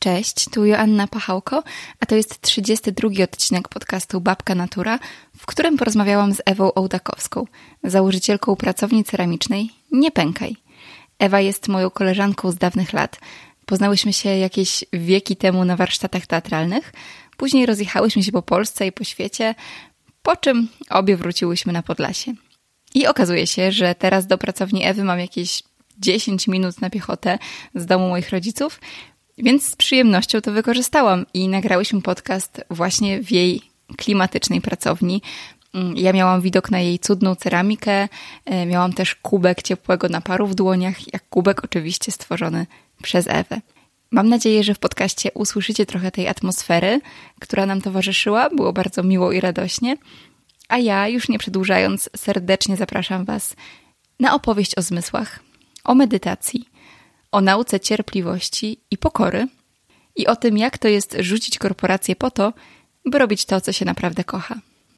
Cześć, tu Joanna Pachałko, a to jest 32. odcinek podcastu Babka Natura, w którym porozmawiałam z Ewą Ołdakowską, założycielką pracowni ceramicznej Nie Pękaj. Ewa jest moją koleżanką z dawnych lat. Poznałyśmy się jakieś wieki temu na warsztatach teatralnych, później rozjechałyśmy się po Polsce i po świecie, po czym obie wróciłyśmy na Podlasie. I okazuje się, że teraz do pracowni Ewy mam jakieś 10 minut na piechotę z domu moich rodziców, więc z przyjemnością to wykorzystałam i nagrałyśmy podcast właśnie w jej klimatycznej pracowni. Ja miałam widok na jej cudną ceramikę, miałam też kubek ciepłego naparu w dłoniach, jak kubek oczywiście stworzony przez Ewę. Mam nadzieję, że w podcaście usłyszycie trochę tej atmosfery, która nam towarzyszyła, było bardzo miło i radośnie. A ja, już nie przedłużając, serdecznie zapraszam Was na opowieść o zmysłach, o medytacji, o nauce cierpliwości i pokory i o tym, jak to jest rzucić korporację po to, by robić to, co się naprawdę kocha.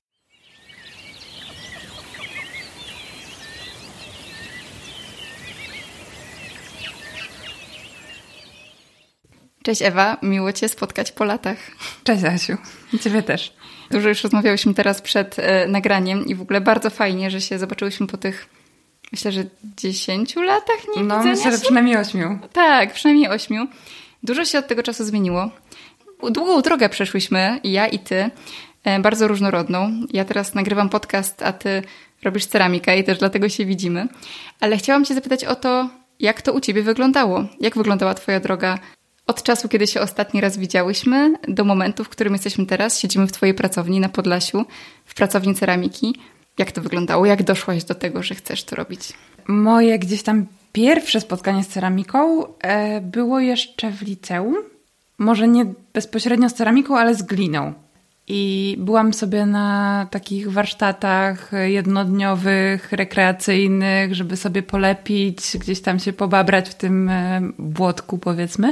Cześć Ewa, miło Cię spotkać po latach. Cześć Asiu, Ciebie też. Dużo już rozmawiałyśmy teraz przed nagraniem i w ogóle bardzo fajnie, że się zobaczyłyśmy po tych, myślę, że 10 latach nie widzenia się. Myślę, że przynajmniej 8. Tak, przynajmniej 8. Dużo się od tego czasu zmieniło. Długą drogę przeszłyśmy, ja i Ty, bardzo różnorodną. Ja teraz nagrywam podcast, a Ty robisz ceramikę i też dlatego się widzimy. Ale chciałam Cię zapytać o to, jak to u Ciebie wyglądało? Jak wyglądała Twoja droga od czasu, kiedy się ostatni raz widziałyśmy, do momentu, w którym jesteśmy teraz? Siedzimy w Twojej pracowni na Podlasiu, w pracowni ceramiki. Jak to wyglądało? Jak doszłaś do tego, że chcesz to robić? Moje gdzieś tam pierwsze spotkanie z ceramiką było jeszcze w liceum. Może nie bezpośrednio z ceramiką, ale z gliną. I byłam sobie na takich warsztatach jednodniowych, rekreacyjnych, żeby sobie polepić, gdzieś tam się pobabrać w tym błotku, powiedzmy.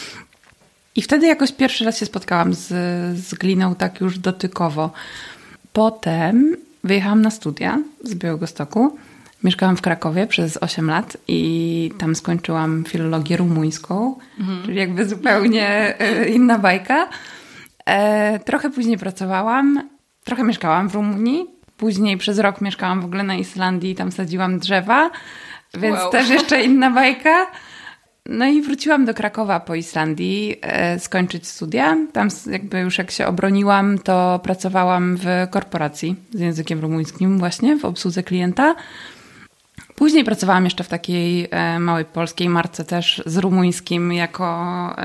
I wtedy jakoś pierwszy raz się spotkałam z gliną tak już dotykowo. Potem wyjechałam na studia z Białegostoku. Mieszkałam w Krakowie przez 8 lat i tam skończyłam filologię rumuńską, czyli jakby zupełnie inna bajka. Trochę później pracowałam, trochę mieszkałam w Rumunii. Później przez rok mieszkałam w ogóle na Islandii i tam sadziłam drzewa, więc też jeszcze inna bajka. No i wróciłam do Krakowa po Islandii skończyć studia. Tam jakby już jak się obroniłam, to pracowałam w korporacji z językiem rumuńskim właśnie, w obsłudze klienta. Później pracowałam jeszcze w takiej małej polskiej marce też z rumuńskim jako,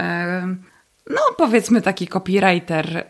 no powiedzmy taki copywriter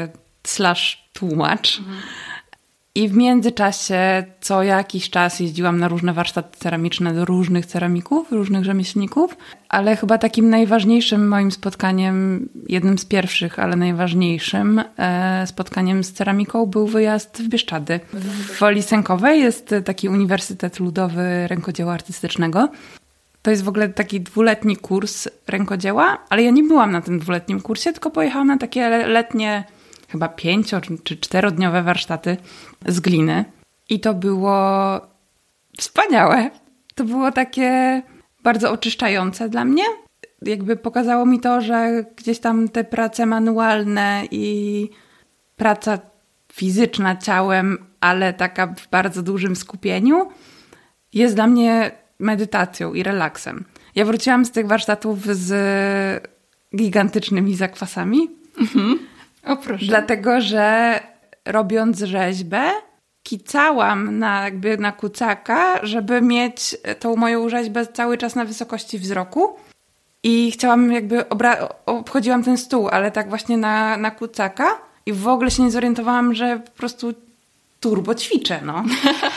/ tłumacz. I w międzyczasie co jakiś czas jeździłam na różne warsztaty ceramiczne do różnych ceramików, różnych rzemieślników, ale chyba takim najważniejszym moim spotkaniem, jednym z pierwszych, ale najważniejszym spotkaniem z ceramiką był wyjazd w Bieszczady. W Woli Sękowej jest taki Uniwersytet Ludowy Rękodzieła Artystycznego. To jest w ogóle taki 2-letni kurs rękodzieła, ale ja nie byłam na tym 2-letnim kursie, tylko pojechałam na takie letnie chyba 5- czy 4-dniowe warsztaty z gliny. I to było wspaniałe. To było takie bardzo oczyszczające dla mnie. Jakby pokazało mi to, że gdzieś tam te prace manualne i praca fizyczna ciałem, ale taka w bardzo dużym skupieniu, jest dla mnie medytacją i relaksem. Ja wróciłam z tych warsztatów z gigantycznymi zakwasami. O proszę. Dlatego, że robiąc rzeźbę, kicałam na kucaka, żeby mieć tą moją rzeźbę cały czas na wysokości wzroku. I chciałam obchodziłam ten stół, ale tak właśnie na kucaka. I w ogóle się nie zorientowałam, że po prostu turbo ćwiczę, no.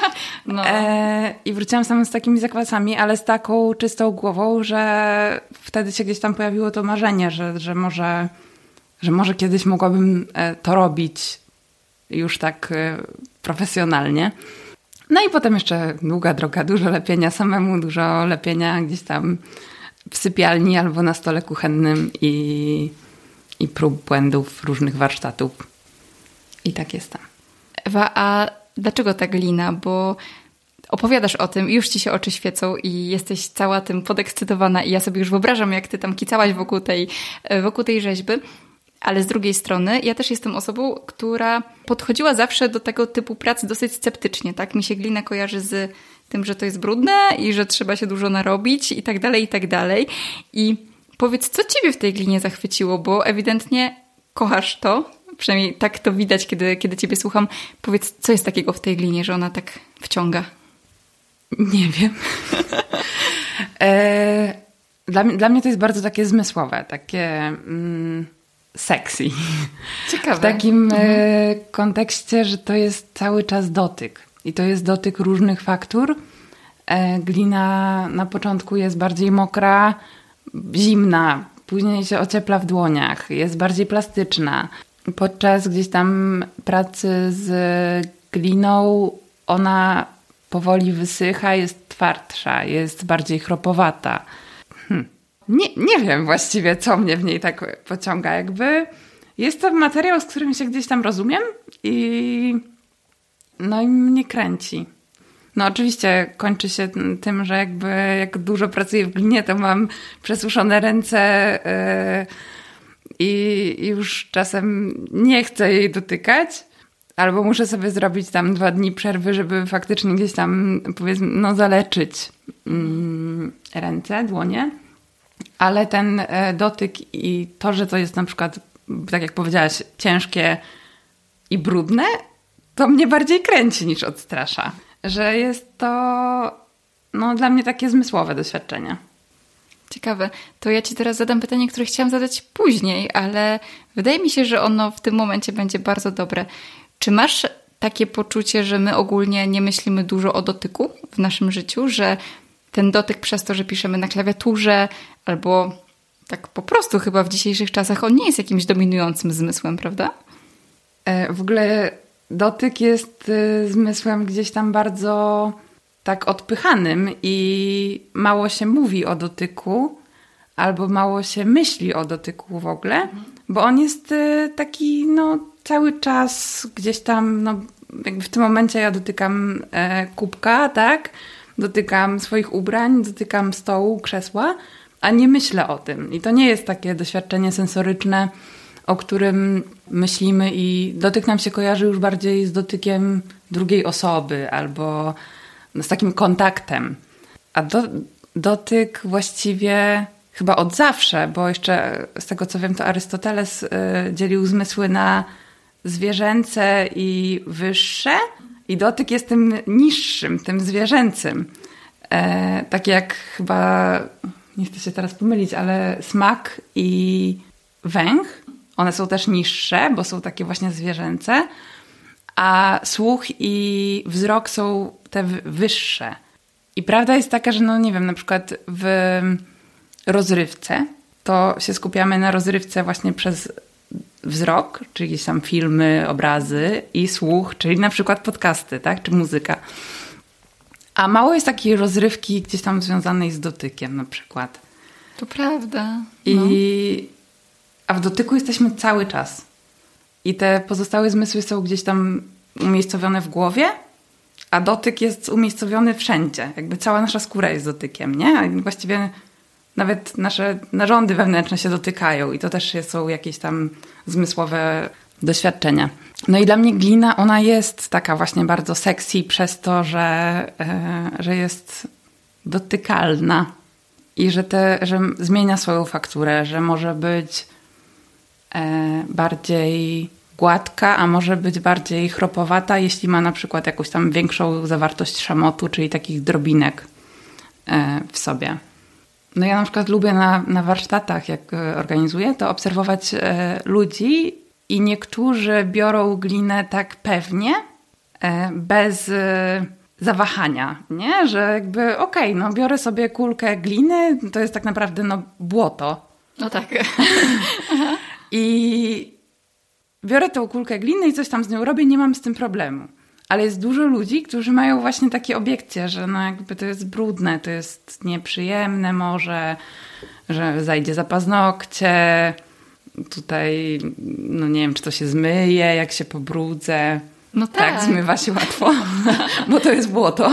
I wróciłam sam z takimi zakwasami, ale z taką czystą głową, że wtedy się gdzieś tam pojawiło to marzenie, że może kiedyś mogłabym to robić już tak profesjonalnie. No i potem jeszcze długa droga, dużo lepienia samemu, dużo lepienia gdzieś tam w sypialni albo na stole kuchennym i prób błędów różnych warsztatów. I tak jest tam. Ewa, a dlaczego ta glina? Bo opowiadasz o tym i już ci się oczy świecą i jesteś cała tym podekscytowana i ja sobie już wyobrażam, jak ty tam kicałaś wokół tej rzeźby. Ale z drugiej strony ja też jestem osobą, która podchodziła zawsze do tego typu prac dosyć sceptycznie, tak? Mi się glina kojarzy z tym, że to jest brudne i że trzeba się dużo narobić i tak dalej, i tak dalej. I powiedz, co ciebie w tej glinie zachwyciło, bo ewidentnie kochasz to, przynajmniej tak to widać, kiedy ciebie słucham. Powiedz, co jest takiego w tej glinie, że ona tak wciąga? Nie wiem. Dla mnie to jest bardzo takie zmysłowe, takie sexy. Ciekawe. W takim kontekście, że to jest cały czas dotyk. I to jest dotyk różnych faktur. Glina na początku jest bardziej mokra, zimna, później się ociepla w dłoniach, jest bardziej plastyczna. Podczas gdzieś tam pracy z gliną ona powoli wysycha, jest twardsza, jest bardziej chropowata. Nie wiem właściwie, co mnie w niej tak pociąga. Jakby jest to materiał, z którym się gdzieś tam rozumiem i mnie kręci. No oczywiście kończy się tym, że jakby jak dużo pracuję w glinie, to mam przesuszone ręce i już czasem nie chcę jej dotykać. Albo muszę sobie zrobić tam 2 dni przerwy, żeby faktycznie gdzieś tam, powiedzmy, zaleczyć ręce, dłonie. Ale ten dotyk i to, że to jest na przykład, tak jak powiedziałaś, ciężkie i brudne, to mnie bardziej kręci niż odstrasza. Że jest to dla mnie takie zmysłowe doświadczenie. Ciekawe. To ja ci teraz zadam pytanie, które chciałam zadać później, ale wydaje mi się, że ono w tym momencie będzie bardzo dobre. Czy masz takie poczucie, że my ogólnie nie myślimy dużo o dotyku w naszym życiu, że ten dotyk przez to, że piszemy na klawiaturze albo tak po prostu chyba w dzisiejszych czasach on nie jest jakimś dominującym zmysłem, prawda? W ogóle dotyk jest zmysłem gdzieś tam bardzo tak odpychanym i mało się mówi o dotyku albo mało się myśli o dotyku w ogóle, bo on jest taki cały czas gdzieś tam, jakby w tym momencie ja dotykam kubka, tak? Dotykam swoich ubrań, dotykam stołu, krzesła, a nie myślę o tym. I to nie jest takie doświadczenie sensoryczne, o którym myślimy i dotyk nam się kojarzy już bardziej z dotykiem drugiej osoby albo z takim kontaktem. A dotyk właściwie chyba od zawsze, bo jeszcze z tego co wiem, to Arystoteles dzielił zmysły na zwierzęce i wyższe i dotyk jest tym niższym, tym zwierzęcym. Tak jak chyba, nie chcę się teraz pomylić, ale smak i węch, one są też niższe, bo są takie właśnie zwierzęce, a słuch i wzrok są te wyższe. I prawda jest taka, że nie wiem, na przykład w rozrywce to się skupiamy na rozrywce właśnie przez wzrok, czyli jakieś tam filmy, obrazy i słuch, czyli na przykład podcasty, tak, czy muzyka. A mało jest takiej rozrywki gdzieś tam związanej z dotykiem na przykład. To prawda. A w dotyku jesteśmy cały czas. I te pozostałe zmysły są gdzieś tam umiejscowione w głowie, a dotyk jest umiejscowiony wszędzie. Jakby cała nasza skóra jest dotykiem, nie? A właściwie nawet nasze narządy wewnętrzne się dotykają i to też są jakieś tam zmysłowe doświadczenia. No i dla mnie glina, ona jest taka właśnie bardzo sexy przez to, że jest dotykalna i że zmienia swoją fakturę, że może być bardziej gładka, a może być bardziej chropowata, jeśli ma na przykład jakąś tam większą zawartość szamotu, czyli takich drobinek w sobie. No ja na przykład lubię na warsztatach, jak organizuję, to obserwować ludzi i niektórzy biorą glinę tak pewnie, bez zawahania, nie? Że jakby biorę sobie kulkę gliny, to jest tak naprawdę błoto. No tak. I biorę tą kulkę gliny i coś tam z nią robię, nie mam z tym problemu. Ale jest dużo ludzi, którzy mają właśnie takie obiekcje, że jakby to jest brudne, to jest nieprzyjemne może, że zajdzie za paznokcie, tutaj nie wiem, czy to się zmyje, jak się pobrudzę. No tak. Tak, zmywa się łatwo, bo to jest błoto.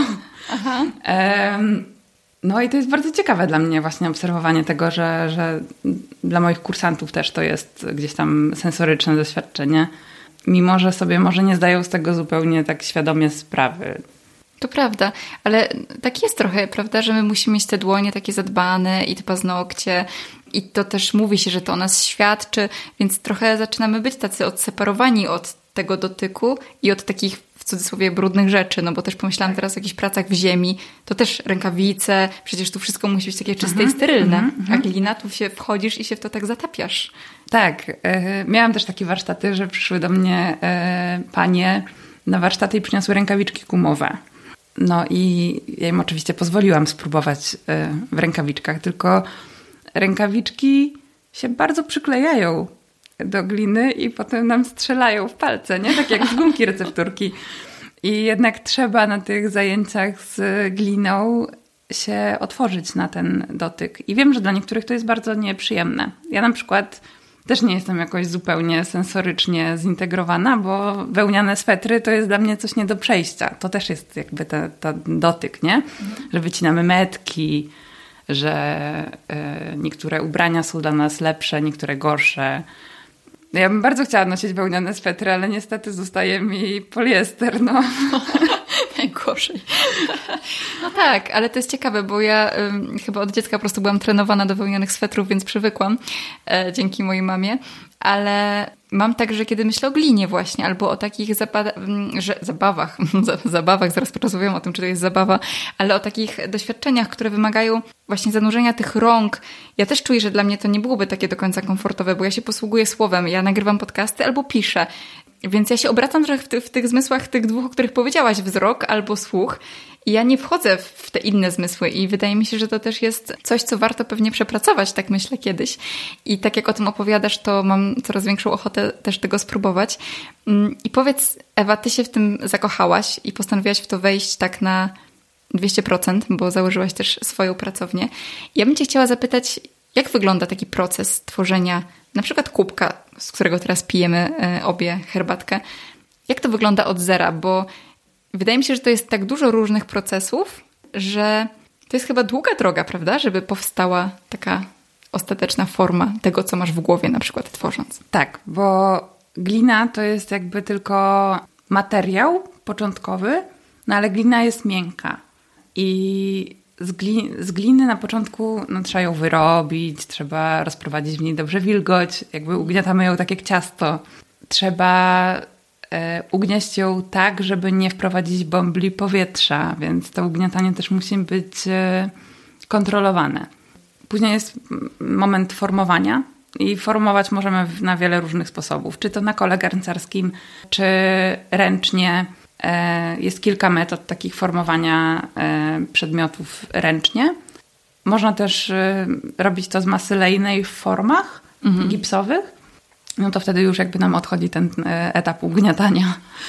Aha. No i to jest bardzo ciekawe dla mnie właśnie obserwowanie tego, że dla moich kursantów też to jest gdzieś tam sensoryczne doświadczenie, mimo że sobie może nie zdają z tego zupełnie tak świadomie sprawy. To prawda, ale tak jest trochę, prawda, że my musimy mieć te dłonie takie zadbane i te paznokcie i to też mówi się, że to o nas świadczy, więc trochę zaczynamy być tacy odseparowani od tego dotyku i od takich w cudzysłowie brudnych rzeczy, no bo też pomyślałam teraz o jakichś pracach w ziemi, to też rękawice, przecież tu wszystko musi być takie czyste i sterylne, a glina, tu się wchodzisz i się w to tak zatapiasz. Tak, miałam też takie warsztaty, że przyszły do mnie panie na warsztaty i przyniosły rękawiczki gumowe. No i ja im oczywiście pozwoliłam spróbować w rękawiczkach, tylko rękawiczki się bardzo przyklejają do gliny i potem nam strzelają w palce, nie? Tak jak z gumki recepturki. I jednak trzeba na tych zajęciach z gliną się otworzyć na ten dotyk. I wiem, że dla niektórych to jest bardzo nieprzyjemne. Ja na przykład też nie jestem jakoś zupełnie sensorycznie zintegrowana, bo wełniane swetry to jest dla mnie coś nie do przejścia. To też jest jakby ten dotyk, nie? Że wycinamy metki, że niektóre ubrania są dla nas lepsze, niektóre gorsze. Ja bym bardzo chciała nosić wełniane swetry, ale niestety zostaje mi poliester, no. Najgorzej. No tak, ale to jest ciekawe, bo ja chyba od dziecka po prostu byłam trenowana do wełnianych swetrów, więc przywykłam dzięki mojej mamie. Ale mam tak, że kiedy myślę o glinie właśnie, albo o takich zabawach, zaraz porozmawiam o tym, czy to jest zabawa, ale o takich doświadczeniach, które wymagają właśnie zanurzenia tych rąk. Ja też czuję, że dla mnie to nie byłoby takie do końca komfortowe, bo ja się posługuję słowem, ja nagrywam podcasty albo piszę. Więc ja się obracam trochę w tych zmysłach, tych dwóch, o których powiedziałaś, wzrok albo słuch. I ja nie wchodzę w te inne zmysły i wydaje mi się, że to też jest coś, co warto pewnie przepracować, tak myślę kiedyś. I tak jak o tym opowiadasz, to mam coraz większą ochotę też tego spróbować. I powiedz, Ewa, ty się w tym zakochałaś i postanowiłaś w to wejść tak na 200%, bo założyłaś też swoją pracownię. Ja bym cię chciała zapytać, jak wygląda taki proces tworzenia na przykład kubka, z którego teraz pijemy obie herbatkę. Jak to wygląda od zera? Bo wydaje mi się, że to jest tak dużo różnych procesów, że to jest chyba długa droga, prawda? Żeby powstała taka ostateczna forma tego, co masz w głowie na przykład tworząc. Tak, bo glina to jest jakby tylko materiał początkowy, no ale glina jest miękka. I z gliny na początku trzeba ją wyrobić, trzeba rozprowadzić w niej dobrze wilgoć, jakby ugniatamy ją tak jak ciasto. Trzeba ugnieść ją tak, żeby nie wprowadzić bąbli powietrza, więc to ugniatanie też musi być kontrolowane. Później jest moment formowania i formować możemy na wiele różnych sposobów. Czy to na kole garncarskim, czy ręcznie. Jest kilka metod takich formowania przedmiotów ręcznie. Można też robić to z masy lejnej w formach gipsowych. No to wtedy już jakby nam odchodzi ten etap ugniatania.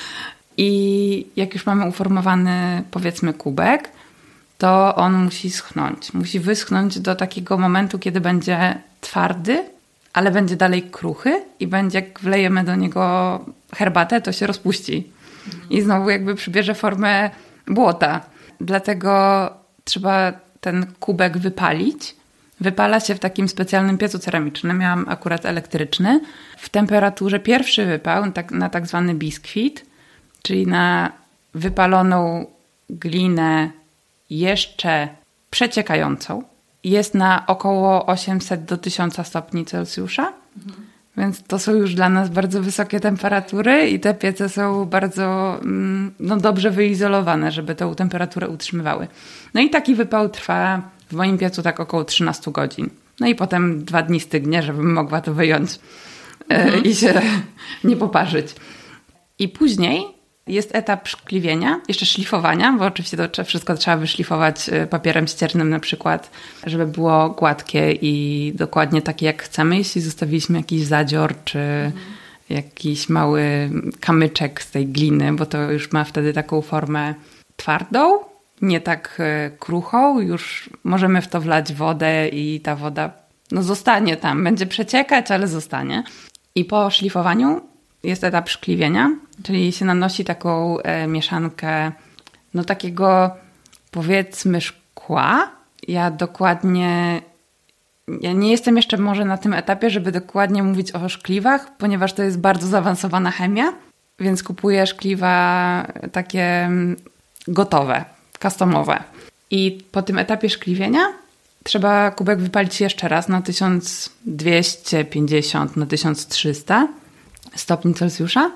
I jak już mamy uformowany, powiedzmy, kubek, to on musi schnąć. Musi wyschnąć do takiego momentu, kiedy będzie twardy, ale będzie dalej kruchy i będzie, jak wlejemy do niego herbatę, to się rozpuści. I znowu jakby przybierze formę błota. Dlatego trzeba ten kubek wypalić. Wypala się w takim specjalnym piecu ceramicznym. Miałam akurat elektryczny. W temperaturze pierwszy wypał na tak zwany biskwit, czyli na wypaloną glinę jeszcze przeciekającą. Jest na około 800 do 1000 stopni Celsjusza. Więc to są już dla nas bardzo wysokie temperatury i te piece są bardzo dobrze wyizolowane, żeby tę temperaturę utrzymywały. No i taki wypał trwa w moim piecu tak około 13 godzin. No i potem 2 dni stygnie, żebym mogła to wyjąć i się nie poparzyć. I później jest etap szkliwienia, jeszcze szlifowania, bo oczywiście to wszystko trzeba wyszlifować papierem ściernym na przykład, żeby było gładkie i dokładnie takie jak chcemy. Jeśli zostawiliśmy jakiś zadzior czy jakiś mały kamyczek z tej gliny, bo to już ma wtedy taką formę twardą, nie tak kruchą. Już możemy w to wlać wodę i ta woda zostanie tam. Będzie przeciekać, ale zostanie. I po szlifowaniu jest etap szkliwienia, czyli się nanosi taką mieszankę takiego powiedzmy szkła. Ja nie jestem jeszcze może na tym etapie, żeby dokładnie mówić o szkliwach, ponieważ to jest bardzo zaawansowana chemia, więc kupuję szkliwa takie gotowe, customowe. I po tym etapie szkliwienia trzeba kubek wypalić jeszcze raz na 1250, na 1300 stopni Celsjusza.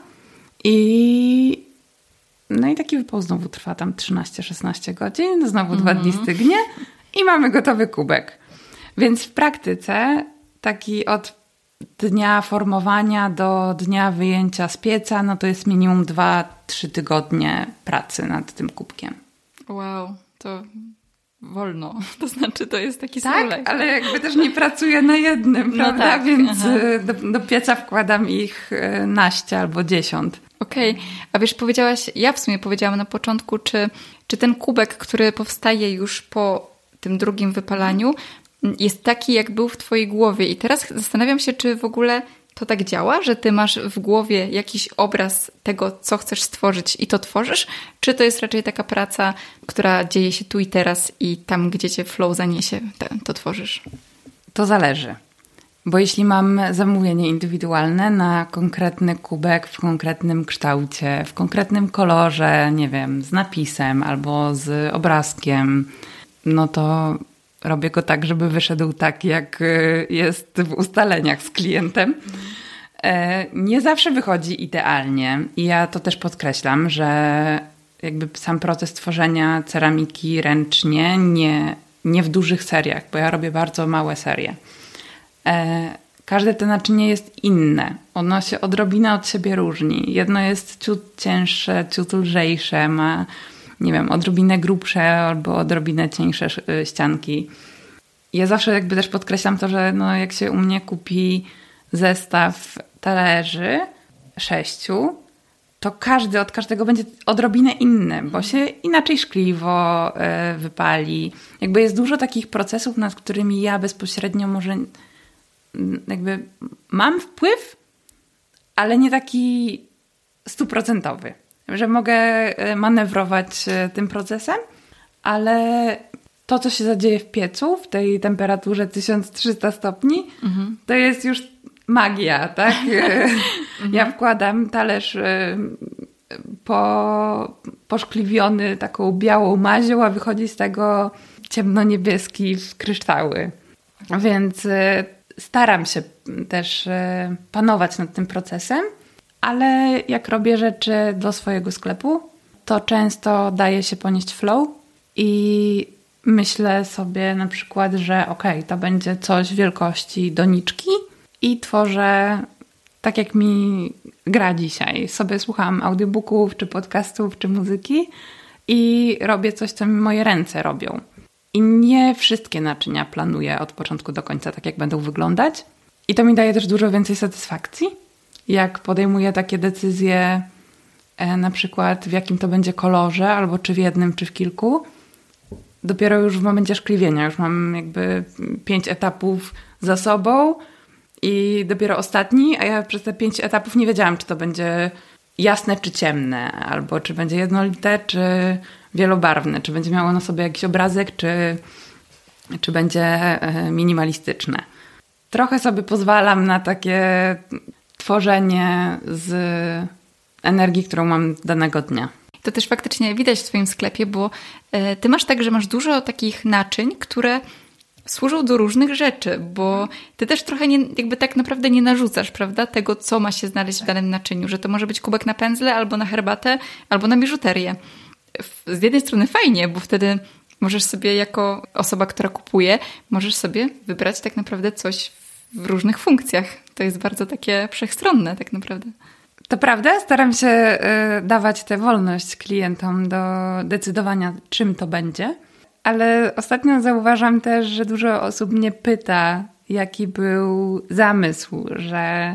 No i taki wypał znowu trwa tam 13-16 godzin, znowu 2 dni stygnie i mamy gotowy kubek. Więc w praktyce taki od dnia formowania do dnia wyjęcia z pieca, no to jest minimum 2-3 tygodnie pracy nad tym kubkiem. Wow, to wolno. To znaczy, to jest taki tak, solek. Ale jakby też nie pracuję na jednym, prawda? Tak, więc do pieca wkładam ich naście albo 10. Okej. A wiesz, ja w sumie powiedziałam na początku, czy ten kubek, który powstaje już po tym drugim wypalaniu, jest taki, jak był w twojej głowie. I teraz zastanawiam się, czy w ogóle to tak działa, że ty masz w głowie jakiś obraz tego, co chcesz stworzyć i to tworzysz? Czy to jest raczej taka praca, która dzieje się tu i teraz i tam, gdzie cię flow zaniesie, to tworzysz? To zależy. Bo jeśli mam zamówienie indywidualne na konkretny kubek w konkretnym kształcie, w konkretnym kolorze, nie wiem, z napisem albo z obrazkiem, no to robię go tak, żeby wyszedł tak, jak jest w ustaleniach z klientem. Nie zawsze wychodzi idealnie i ja to też podkreślam, że jakby sam proces tworzenia ceramiki ręcznie, nie w dużych seriach, bo ja robię bardzo małe serie. Każde to naczynie jest inne. Ono się odrobinę od siebie różni. Jedno jest ciut cięższe, ciut lżejsze, ma, nie wiem, odrobinę grubsze albo odrobinę cieńsze ścianki. Ja zawsze jakby też podkreślam to, że no jak się u mnie kupi zestaw talerzy 6, to każdy od każdego będzie odrobinę inny, bo się inaczej szkliwo wypali. Jakby jest dużo takich procesów, nad którymi ja bezpośrednio może jakby mam wpływ, ale nie taki 100%, że mogę manewrować tym procesem, ale to, co się zadzieje w piecu, w tej temperaturze 1300 stopni, to jest już magia, tak? Ja wkładam talerz poszkliwiony taką białą mazią, a wychodzi z tego ciemnoniebieski w kryształy. Więc staram się też panować nad tym procesem, ale jak robię rzeczy do swojego sklepu, to często daje się ponieść flow i myślę sobie na przykład, że to będzie coś wielkości doniczki i tworzę tak, jak mi gra dzisiaj. Sobie słucham audiobooków, czy podcastów, czy muzyki i robię coś, co mi moje ręce robią. I nie wszystkie naczynia planuję od początku do końca tak, jak będą wyglądać. I to mi daje też dużo więcej satysfakcji, jak podejmuję takie decyzje, na przykład w jakim to będzie kolorze, albo czy w jednym, czy w kilku. Dopiero już w momencie szkliwienia, już mam jakby 5 etapów za sobą i dopiero ostatni, a ja przez te 5 etapów nie wiedziałam, czy to będzie jasne, czy ciemne, albo czy będzie jednolite, czy wielobarwne, czy będzie miało na sobie jakiś obrazek, czy będzie minimalistyczne. Trochę sobie pozwalam na takie tworzenie z energii, którą mam danego dnia. To też faktycznie widać w twoim sklepie, bo ty masz tak, że masz dużo takich naczyń, które służą do różnych rzeczy, bo ty też trochę jakby tak naprawdę nie narzucasz, prawda, tego, co ma się znaleźć w danym naczyniu, że to może być kubek na pędzle, albo na herbatę, albo na biżuterię. Z jednej strony fajnie, bo wtedy możesz sobie jako osoba, która kupuje, możesz sobie wybrać tak naprawdę coś w różnych funkcjach. To jest bardzo takie wszechstronne tak naprawdę. To prawda, staram się dawać tę wolność klientom do decydowania, czym to będzie, ale ostatnio zauważam też, że dużo osób mnie pyta, jaki był zamysł, że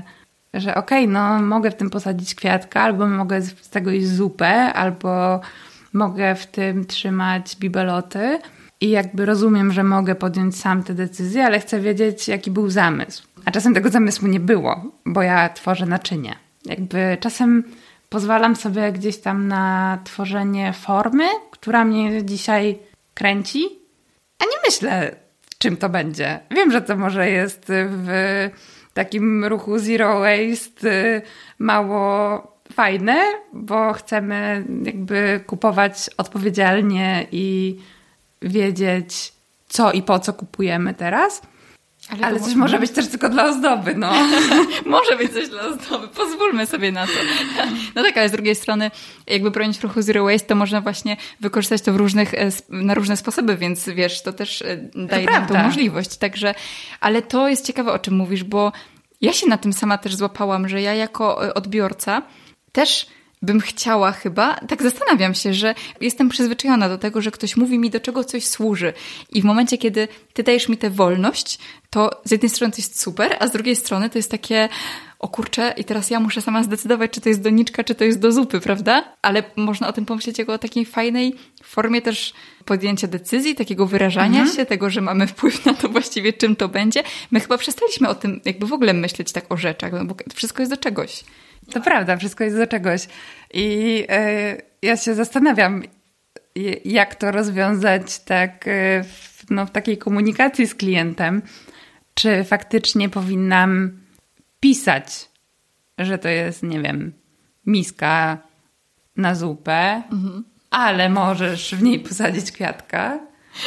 mogę w tym posadzić kwiatka, albo mogę z tego jeść zupę, albo mogę w tym trzymać bibeloty i jakby rozumiem, że mogę podjąć sam te decyzje, ale chcę wiedzieć, jaki był zamysł. A czasem tego zamysłu nie było, bo ja tworzę naczynie. Jakby czasem pozwalam sobie gdzieś tam na tworzenie formy, która mnie dzisiaj kręci, a nie myślę, czym to będzie. Wiem, że to może jest w takim ruchu zero waste mało fajne, bo chcemy jakby kupować odpowiedzialnie i wiedzieć, co i po co kupujemy teraz. Ale coś może być też tylko dla ozdoby, no. Może być coś dla ozdoby, pozwólmy sobie na to. No tak, ale z drugiej strony jakby bronić ruchu Zero Waste, to można właśnie wykorzystać to na różne sposoby, więc wiesz, to też daje nam tą możliwość. Także, ale to jest ciekawe, o czym mówisz, bo ja się na tym sama też złapałam, że ja jako odbiorca też bym chciała chyba, tak zastanawiam się, że jestem przyzwyczajona do tego, że ktoś mówi mi, do czego coś służy. I w momencie, kiedy ty dajesz mi tę wolność, to z jednej strony to jest super, a z drugiej strony to jest takie, o kurczę, i teraz ja muszę sama zdecydować, czy to jest doniczka, czy to jest do zupy, prawda? Ale można o tym pomyśleć jako o takiej fajnej formie też podjęcia decyzji, takiego wyrażania się, tego, że mamy wpływ na to właściwie, czym to będzie. My chyba przestaliśmy o tym jakby w ogóle myśleć tak o rzeczach, no bo wszystko jest do czegoś. To prawda, wszystko jest do czegoś. I ja się zastanawiam, jak to rozwiązać tak w takiej komunikacji z klientem. Czy faktycznie powinnam pisać, że to jest, nie wiem, miska na zupę, ale możesz w niej posadzić kwiatka?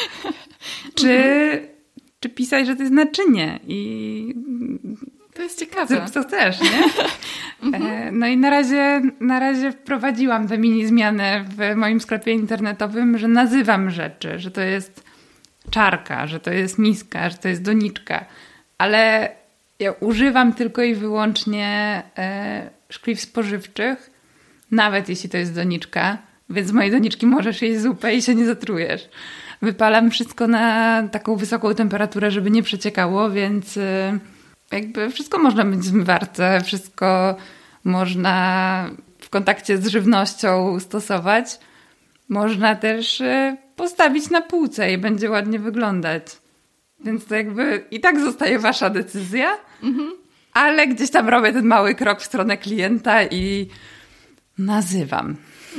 Czy pisać, że to jest naczynie i... To jest ciekawe. Zrób co chcesz, nie? No i na razie wprowadziłam tę mini zmianę w moim sklepie internetowym, że nazywam rzeczy, że to jest czarka, że to jest miska, że to jest doniczka. Ale ja używam tylko i wyłącznie szkliw spożywczych, nawet jeśli to jest doniczka, więc z mojej doniczki możesz jeść zupę i się nie zatrujesz. Wypalam wszystko na taką wysoką temperaturę, żeby nie przeciekało, więc... Jakby wszystko można mieć w zmywarce, wszystko można w kontakcie z żywnością stosować. Można też postawić na półce i będzie ładnie wyglądać. Więc to jakby i tak zostaje wasza decyzja, ale gdzieś tam robię ten mały krok w stronę klienta i nazywam.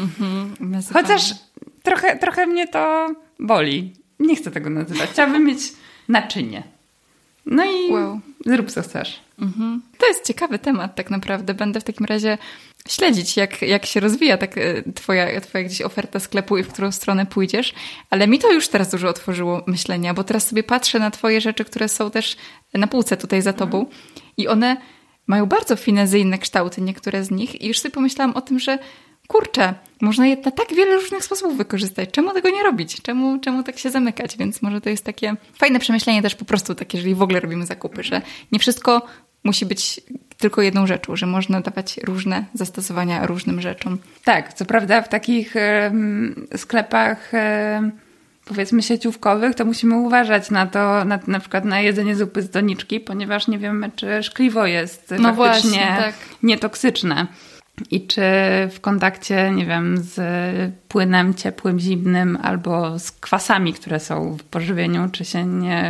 Chociaż trochę mnie to boli. Nie chcę tego nazywać. Chciałabym mieć naczynie. No i zrób co chcesz. To jest ciekawy temat tak naprawdę. Będę w takim razie śledzić, jak się rozwija tak twoja gdzieś oferta sklepu i w którą stronę pójdziesz. Ale mi to już teraz dużo otworzyło myślenia, bo teraz sobie patrzę na twoje rzeczy, które są też na półce tutaj za tobą i one mają bardzo finezyjne kształty, niektóre z nich. I już sobie pomyślałam o tym, że kurczę, można je na tak wiele różnych sposobów wykorzystać. Czemu tego nie robić? Czemu tak się zamykać? Więc może to jest takie fajne przemyślenie też po prostu takie, jeżeli w ogóle robimy zakupy, że nie wszystko musi być tylko jedną rzeczą, że można dawać różne zastosowania różnym rzeczom. Tak, co prawda w takich sklepach powiedzmy sieciówkowych to musimy uważać na to, na przykład na jedzenie zupy z doniczki, ponieważ nie wiemy, czy szkliwo jest faktycznie właśnie, nietoksyczne. I czy w kontakcie, nie wiem, z płynem ciepłym, zimnym albo z kwasami, które są w pożywieniu, czy się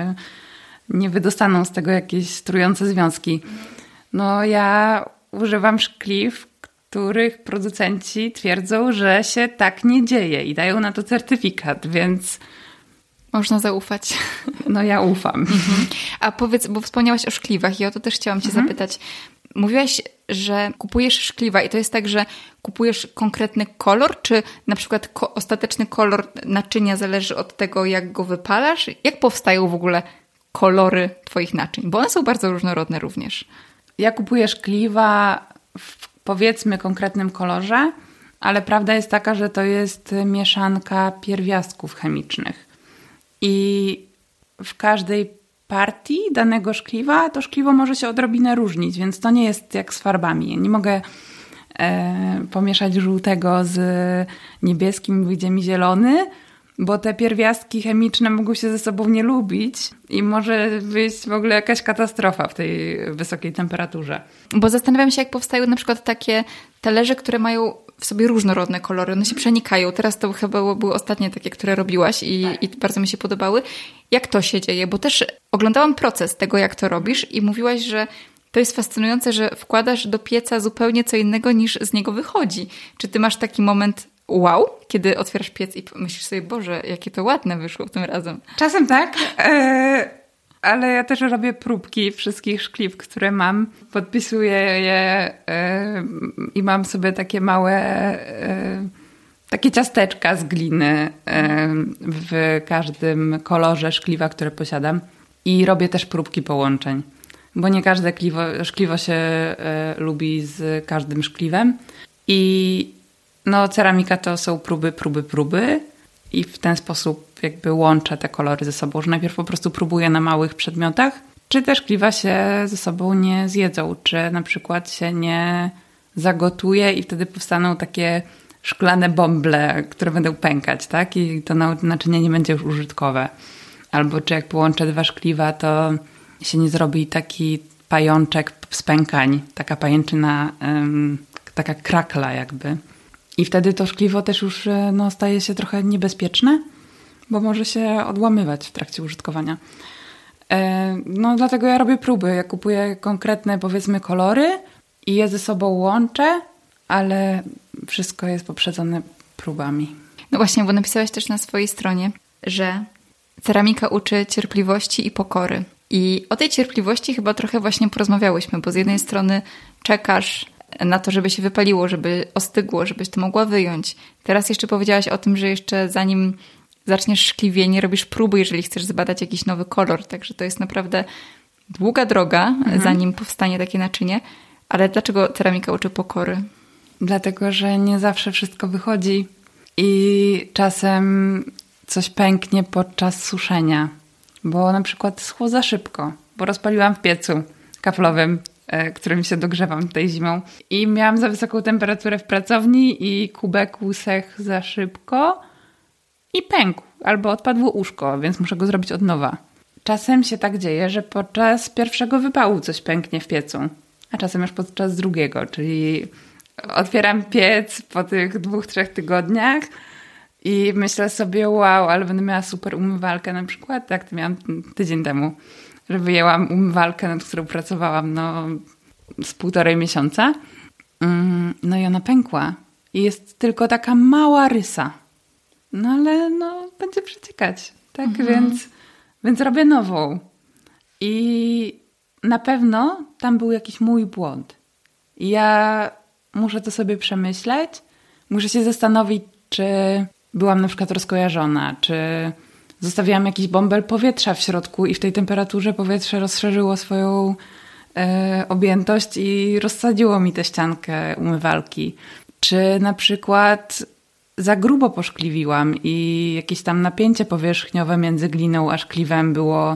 nie wydostaną z tego jakieś trujące związki. No ja używam szkliw, których producenci twierdzą, że się tak nie dzieje i dają na to certyfikat, więc... Można zaufać. No ja ufam. A powiedz, bo wspomniałaś o szkliwach i o to też chciałam cię zapytać. Mówiłaś, że kupujesz szkliwa i to jest tak, że kupujesz konkretny kolor, czy na przykład ostateczny kolor naczynia zależy od tego, jak go wypalasz? Jak powstają w ogóle kolory twoich naczyń? Bo one są bardzo różnorodne również. Ja kupuję szkliwa w powiedzmy konkretnym kolorze, ale prawda jest taka, że to jest mieszanka pierwiastków chemicznych. I w każdej partii danego szkliwa to szkliwo może się odrobinę różnić, więc to nie jest jak z farbami. Nie mogę pomieszać żółtego z niebieskim, wyjdzie mi zielony, bo te pierwiastki chemiczne mogą się ze sobą nie lubić i może wyjść w ogóle jakaś katastrofa w tej wysokiej temperaturze. Bo zastanawiam się, jak powstają na przykład takie talerze, które mają w sobie różnorodne kolory. One się przenikają. Teraz to chyba były ostatnie takie, które robiłaś i bardzo mi się podobały. Jak to się dzieje? Bo też oglądałam proces tego, jak to robisz i mówiłaś, że to jest fascynujące, że wkładasz do pieca zupełnie co innego niż z niego wychodzi. Czy ty masz taki moment wow, kiedy otwierasz piec i myślisz sobie, Boże, jakie to ładne wyszło tym razem. Czasem tak, ale ja też robię próbki wszystkich szkliw, które mam. Podpisuję je i mam sobie takie małe, takie ciasteczka z gliny w każdym kolorze szkliwa, które posiadam. I robię też próbki połączeń, bo nie każde szkliwo się lubi z każdym szkliwem. I no, ceramika to są próby i w ten sposób jakby łączę te kolory ze sobą, że najpierw po prostu próbuję na małych przedmiotach, czy te szkliwa się ze sobą nie zjedzą, czy na przykład się nie zagotuje i wtedy powstaną takie szklane bąble, które będą pękać, tak? I to naczynie nie będzie już użytkowe. Albo czy jak połączę dwa szkliwa, to się nie zrobi taki pajączek z pękań, taka pajęczyna, taka krakla jakby. I wtedy to szkliwo też już staje się trochę niebezpieczne, bo może się odłamywać w trakcie użytkowania. Dlatego ja robię próby. Ja kupuję konkretne, powiedzmy, kolory i je ze sobą łączę, ale wszystko jest poprzedzone próbami. No właśnie, bo napisałaś też na swojej stronie, że ceramika uczy cierpliwości i pokory. I o tej cierpliwości chyba trochę właśnie porozmawiałyśmy, bo z jednej strony czekasz na to, żeby się wypaliło, żeby ostygło, żebyś to mogła wyjąć. Teraz jeszcze powiedziałaś o tym, że jeszcze zanim zaczniesz szkliwienie, robisz próby, jeżeli chcesz zbadać jakiś nowy kolor. Także to jest naprawdę długa droga, zanim powstanie takie naczynie. Ale dlaczego ceramika uczy pokory? Dlatego, że nie zawsze wszystko wychodzi i czasem coś pęknie podczas suszenia, bo na przykład schło za szybko, bo rozpaliłam w piecu kaflowym, którym się dogrzewam tej zimą i miałam za wysoką temperaturę w pracowni i kubek usechł za szybko i pękł, albo odpadło uszko, więc muszę go zrobić od nowa. Czasem się tak dzieje, że podczas pierwszego wypału coś pęknie w piecu, a czasem już podczas drugiego, czyli otwieram piec po tych 2-3 tygodniach i myślę sobie, wow, ale będę miała super umywalkę na przykład, tak to miałam tydzień temu, że wyjęłam umywalkę, nad którą pracowałam z 1,5 miesiąca. No i ona pękła. I jest tylko taka mała rysa. No ale będzie przeciekać. Tak, więc robię nową. I na pewno tam był jakiś mój błąd. I ja muszę to sobie przemyśleć. Muszę się zastanowić, czy byłam na przykład rozkojarzona, czy zostawiłam jakiś bąbel powietrza w środku i w tej temperaturze powietrze rozszerzyło swoją objętość i rozsadziło mi tę ściankę umywalki. Czy na przykład za grubo poszkliwiłam i jakieś tam napięcie powierzchniowe między gliną a szkliwem było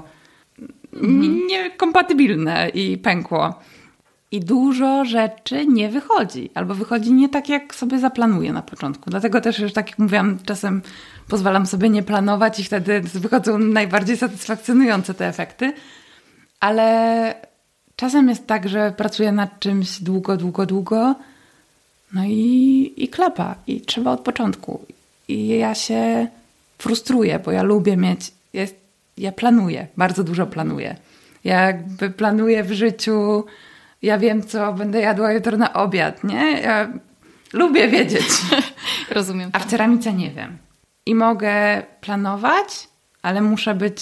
niekompatybilne i pękło. I dużo rzeczy nie wychodzi. Albo wychodzi nie tak, jak sobie zaplanuję na początku. Dlatego też, już tak jak mówiłam, czasem pozwalam sobie nie planować i wtedy wychodzą najbardziej satysfakcjonujące te efekty. Ale czasem jest tak, że pracuję nad czymś długo. No i klapa. I trzeba od początku. I ja się frustruję, bo ja lubię mieć... Ja planuję. Bardzo dużo planuję. Ja jakby planuję w życiu... Ja wiem, co będę jadła jutro na obiad, nie? Ja lubię wiedzieć. Rozumiem. A w ceramice nie wiem. I mogę planować, ale muszę być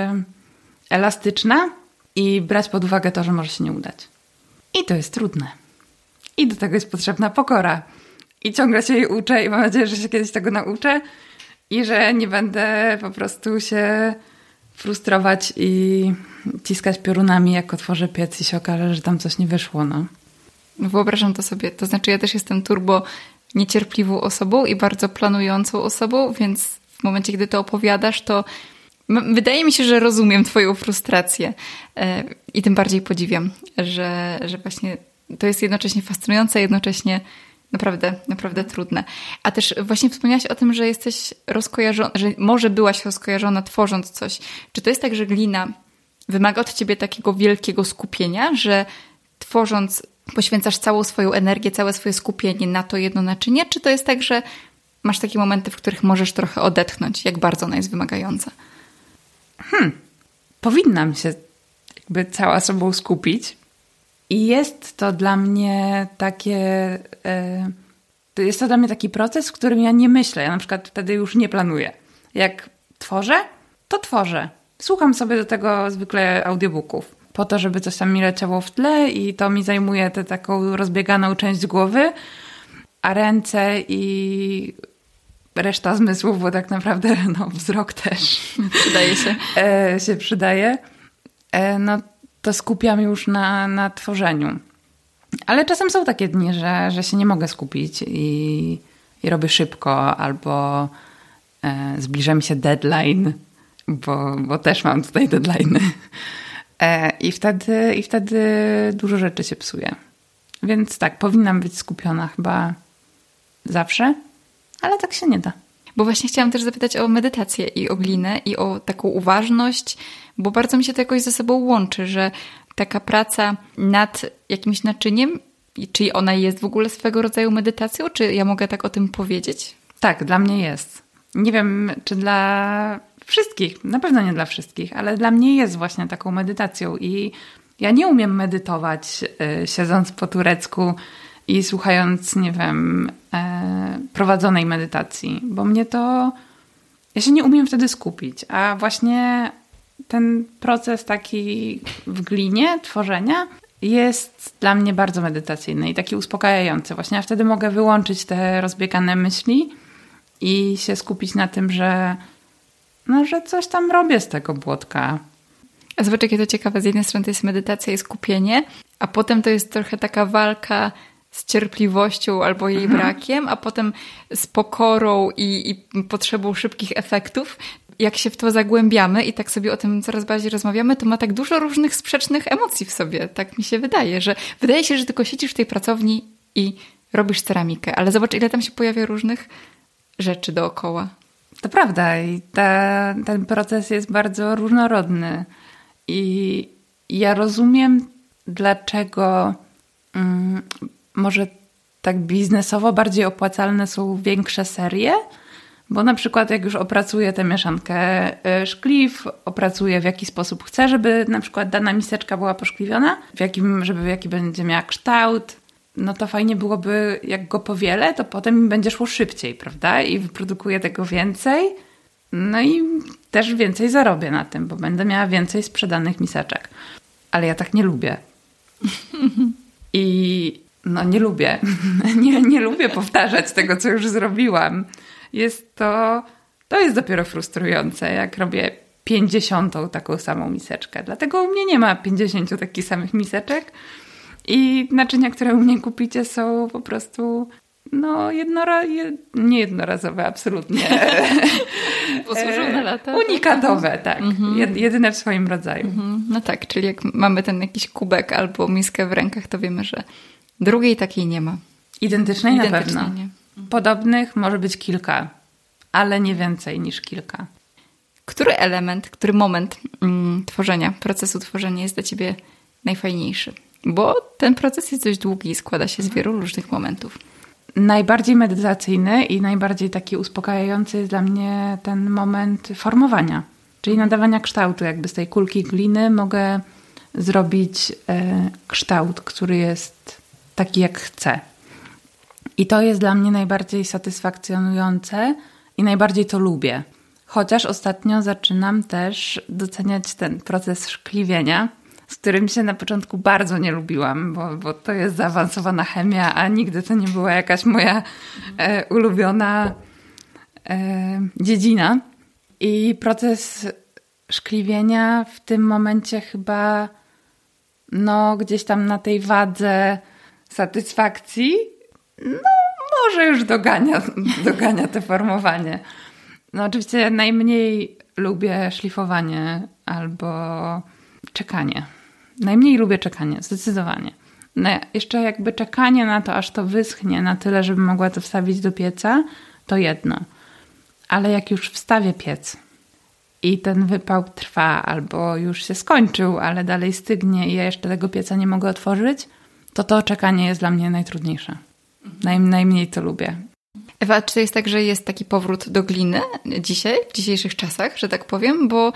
elastyczna i brać pod uwagę to, że może się nie udać. I to jest trudne. I do tego jest potrzebna pokora. I ciągle się jej uczę i mam nadzieję, że się kiedyś tego nauczę i że nie będę po prostu się frustrować i ciskać piorunami, jak otworzę piec i się okaże, że tam coś nie wyszło. Wyobrażam to sobie. To znaczy ja też jestem turbo niecierpliwą osobą i bardzo planującą osobą, więc w momencie, gdy to opowiadasz, to wydaje mi się, że rozumiem twoją frustrację i tym bardziej podziwiam, że właśnie to jest jednocześnie fascynujące, jednocześnie naprawdę trudne. A też właśnie wspomniałaś o tym, że jesteś rozkojarzona, że może byłaś rozkojarzona tworząc coś. Czy to jest tak, że glina wymaga od ciebie takiego wielkiego skupienia, że tworząc poświęcasz całą swoją energię, całe swoje skupienie na to jedno naczynie? Czy to jest tak, że masz takie momenty, w których możesz trochę odetchnąć, jak bardzo ona jest wymagająca? Powinnam się jakby cała sobą skupić. I jest to dla mnie takie To jest to dla mnie taki proces, w którym ja nie myślę. Ja na przykład wtedy już nie planuję. Jak tworzę, to tworzę. Słucham sobie do tego zwykle audiobooków. Po to, żeby coś tam mi leciało w tle i to mi zajmuje tę taką rozbieganą część głowy, a ręce i reszta zmysłów, bo tak naprawdę wzrok też przydaje się przydaje. To skupiam już na tworzeniu. Ale czasem są takie dni, że się nie mogę skupić i robię szybko albo zbliża mi się deadline, bo też mam tutaj deadline'y. I wtedy dużo rzeczy się psuje. Więc tak, powinnam być skupiona chyba zawsze, ale tak się nie da. Bo właśnie chciałam też zapytać o medytację i o glinę i o taką uważność, bo bardzo mi się to jakoś ze sobą łączy, że taka praca nad jakimś naczyniem, czy ona jest w ogóle swego rodzaju medytacją? Czy ja mogę tak o tym powiedzieć? Tak, dla mnie jest. Nie wiem, czy dla wszystkich, na pewno nie dla wszystkich, ale dla mnie jest właśnie taką medytacją i ja nie umiem medytować siedząc po turecku i słuchając, nie wiem, prowadzonej medytacji, bo ja się nie umiem wtedy skupić, a właśnie ten proces taki w glinie, tworzenia jest dla mnie bardzo medytacyjny i taki uspokajający. Właśnie ja wtedy mogę wyłączyć te rozbiegane myśli i się skupić na tym, że coś tam robię z tego błotka. A zobacz, jakie to ciekawe. Z jednej strony to jest medytacja i skupienie, a potem to jest trochę taka walka z cierpliwością albo jej brakiem, a potem z pokorą i potrzebą szybkich efektów. Jak się w to zagłębiamy i tak sobie o tym coraz bardziej rozmawiamy, to ma tak dużo różnych sprzecznych emocji w sobie. Tak mi się wydaje, że wydaje się, że tylko siedzisz w tej pracowni i robisz ceramikę, ale zobacz, ile tam się pojawia różnych rzeczy dookoła. To prawda i ten proces jest bardzo różnorodny i ja rozumiem, dlaczego może tak biznesowo bardziej opłacalne są większe serie, bo na przykład jak już opracuję tę mieszankę szkliw, opracuję w jaki sposób chcę, żeby na przykład dana miseczka była poszkliwiona, jaki będzie miała kształt, no to fajnie byłoby, jak go powielę, to potem mi będzie szło szybciej, prawda? I wyprodukuję tego więcej, no i też więcej zarobię na tym, bo będę miała więcej sprzedanych miseczek. Ale ja tak nie lubię. I nie lubię. Nie lubię powtarzać tego, co już zrobiłam. To jest dopiero frustrujące, jak robię 50. taką samą miseczkę. Dlatego u mnie nie ma 50 takich samych miseczek. I naczynia, które u mnie kupicie, są po prostu nie jednorazowe, absolutnie. Posłużą na lata. Unikatowe, tak. Jedyne w swoim rodzaju. No tak, czyli jak mamy ten jakiś kubek albo miskę w rękach, to wiemy, że drugiej takiej nie ma. Identycznej na pewno. Nie. Podobnych może być kilka, ale nie więcej niż kilka. Który moment procesu tworzenia jest dla ciebie najfajniejszy? Bo ten proces jest dość długi i składa się z wielu różnych momentów. Najbardziej medytacyjny i najbardziej taki uspokajający jest dla mnie ten moment formowania, czyli nadawania kształtu. Jakby z tej kulki gliny mogę zrobić kształt, który jest taki jak chcę. I to jest dla mnie najbardziej satysfakcjonujące i najbardziej to lubię. Chociaż ostatnio zaczynam też doceniać ten proces szkliwienia, z którym się na początku bardzo nie lubiłam, bo to jest zaawansowana chemia, a nigdy to nie była jakaś moja ulubiona dziedzina. I proces szkliwienia w tym momencie chyba gdzieś tam na tej wadze satysfakcji może już dogania to formowanie. Oczywiście najmniej lubię szlifowanie albo czekanie. Najmniej lubię czekanie, zdecydowanie. Jeszcze jakby czekanie na to, aż to wyschnie na tyle, żebym mogła to wstawić do pieca, to jedno. Ale jak już wstawię piec i ten wypał trwa albo już się skończył, ale dalej stygnie i ja jeszcze tego pieca nie mogę otworzyć, to czekanie jest dla mnie najtrudniejsze. Najmniej to lubię. Ewa, czy to jest tak, że jest taki powrót do gliny dzisiaj, w dzisiejszych czasach, że tak powiem? Bo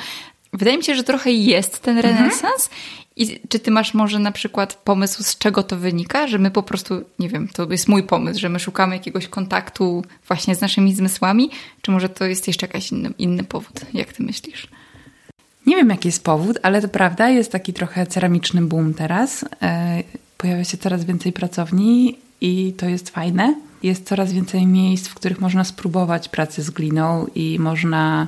wydaje mi się, że trochę jest ten renesans. I czy ty masz może na przykład pomysł, z czego to wynika? Że my po prostu, nie wiem, to jest mój pomysł, że my szukamy jakiegoś kontaktu właśnie z naszymi zmysłami? Czy może to jest jeszcze jakiś inny powód? Jak ty myślisz? Nie wiem, jaki jest powód, ale to prawda, jest taki trochę ceramiczny boom teraz. Pojawia się coraz więcej pracowni i to jest fajne. Jest coraz więcej miejsc, w których można spróbować pracy z gliną i można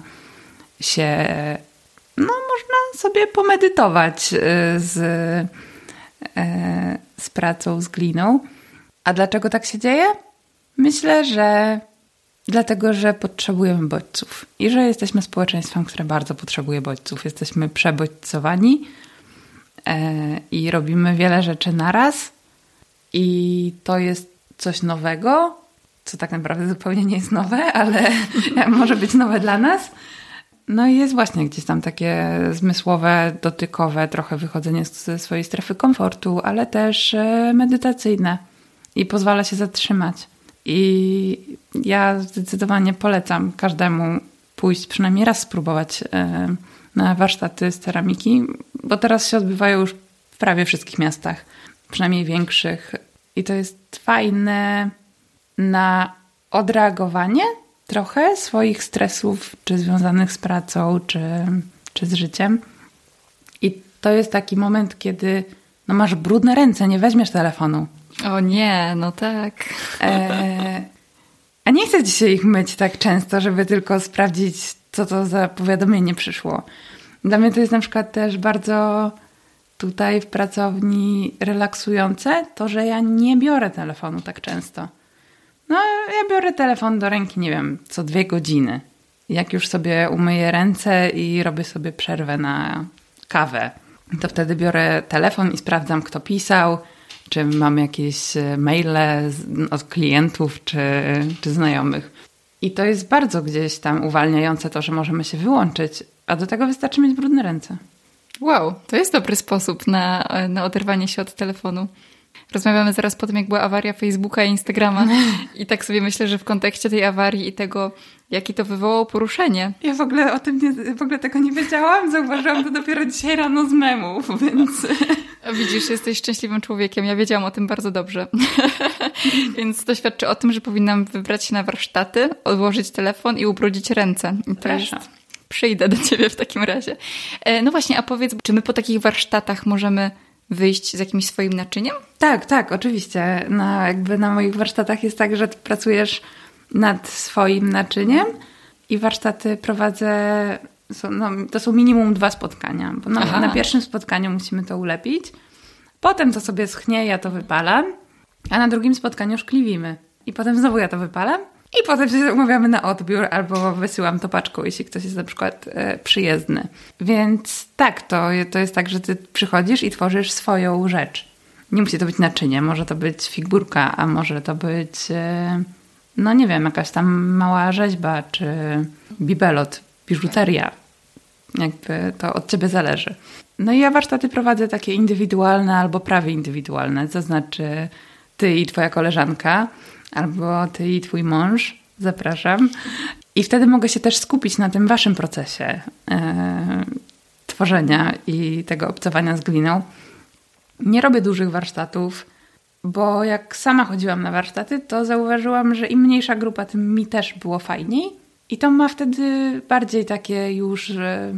sobie pomedytować z pracą z gliną. A dlaczego tak się dzieje? Myślę, że dlatego, że potrzebujemy bodźców i że jesteśmy społeczeństwem, które bardzo potrzebuje bodźców. Jesteśmy przebodźcowani i robimy wiele rzeczy naraz i to jest coś nowego, co tak naprawdę zupełnie nie jest nowe, ale może być nowe dla nas. No i jest właśnie gdzieś tam takie zmysłowe, dotykowe, trochę wychodzenie ze swojej strefy komfortu, ale też medytacyjne i pozwala się zatrzymać. I ja zdecydowanie polecam każdemu pójść, przynajmniej raz spróbować na warsztaty z ceramiki, bo teraz się odbywają już w prawie wszystkich miastach, przynajmniej większych. I to jest fajne na odreagowanie trochę swoich stresów, czy związanych z pracą, czy z życiem. I to jest taki moment, kiedy masz brudne ręce, nie weźmiesz telefonu. O nie, no tak. A nie chcę dzisiaj ich myć tak często, żeby tylko sprawdzić, co to za powiadomienie przyszło. Dla mnie to jest na przykład też bardzo tutaj w pracowni relaksujące, to, że ja nie biorę telefonu tak często. Ja biorę telefon do ręki, nie wiem, co 2 godziny. Jak już sobie umyję ręce i robię sobie przerwę na kawę, to wtedy biorę telefon i sprawdzam, kto pisał, czy mam jakieś maile od klientów, czy znajomych. I to jest bardzo gdzieś tam uwalniające to, że możemy się wyłączyć, a do tego wystarczy mieć brudne ręce. Wow, to jest dobry sposób na oderwanie się od telefonu. Rozmawiamy zaraz po tym, jak była awaria Facebooka i Instagrama i tak sobie myślę, że w kontekście tej awarii i tego, jakie to wywołało poruszenie. Ja w ogóle tego nie wiedziałam, zauważyłam to dopiero dzisiaj rano z memów, więc... Widzisz, jesteś szczęśliwym człowiekiem, ja wiedziałam o tym bardzo dobrze. Więc to świadczy o tym, że powinnam wybrać się na warsztaty, odłożyć telefon i ubrudzić ręce. I to jest... Przyjdę do ciebie w takim razie. No właśnie, a powiedz, czy my po takich warsztatach możemy wyjść z jakimś swoim naczyniem? Tak, oczywiście. Na moich warsztatach jest tak, że pracujesz nad swoim naczyniem i warsztaty prowadzę, to są minimum 2 spotkania, bo na pierwszym spotkaniu musimy to ulepić, potem to sobie schnie, ja to wypalam, a na drugim spotkaniu szkliwimy i potem znowu ja to wypalam i potem się umawiamy na odbiór albo wysyłam to paczką, jeśli ktoś jest na przykład przyjezdny. Więc tak, to jest tak, że ty przychodzisz i tworzysz swoją rzecz. Nie musi to być naczynie, może to być figurka, a może to być, nie wiem, jakaś tam mała rzeźba, czy bibelot, biżuteria. Jakby to od ciebie zależy. No i ja warsztaty prowadzę takie indywidualne albo prawie indywidualne, to znaczy ty i twoja koleżanka, albo ty i twój mąż, zapraszam. I wtedy mogę się też skupić na tym waszym procesie tworzenia i tego obcowania z gliną. Nie robię dużych warsztatów, bo jak sama chodziłam na warsztaty, to zauważyłam, że im mniejsza grupa, tym mi też było fajniej. I to ma wtedy bardziej takie już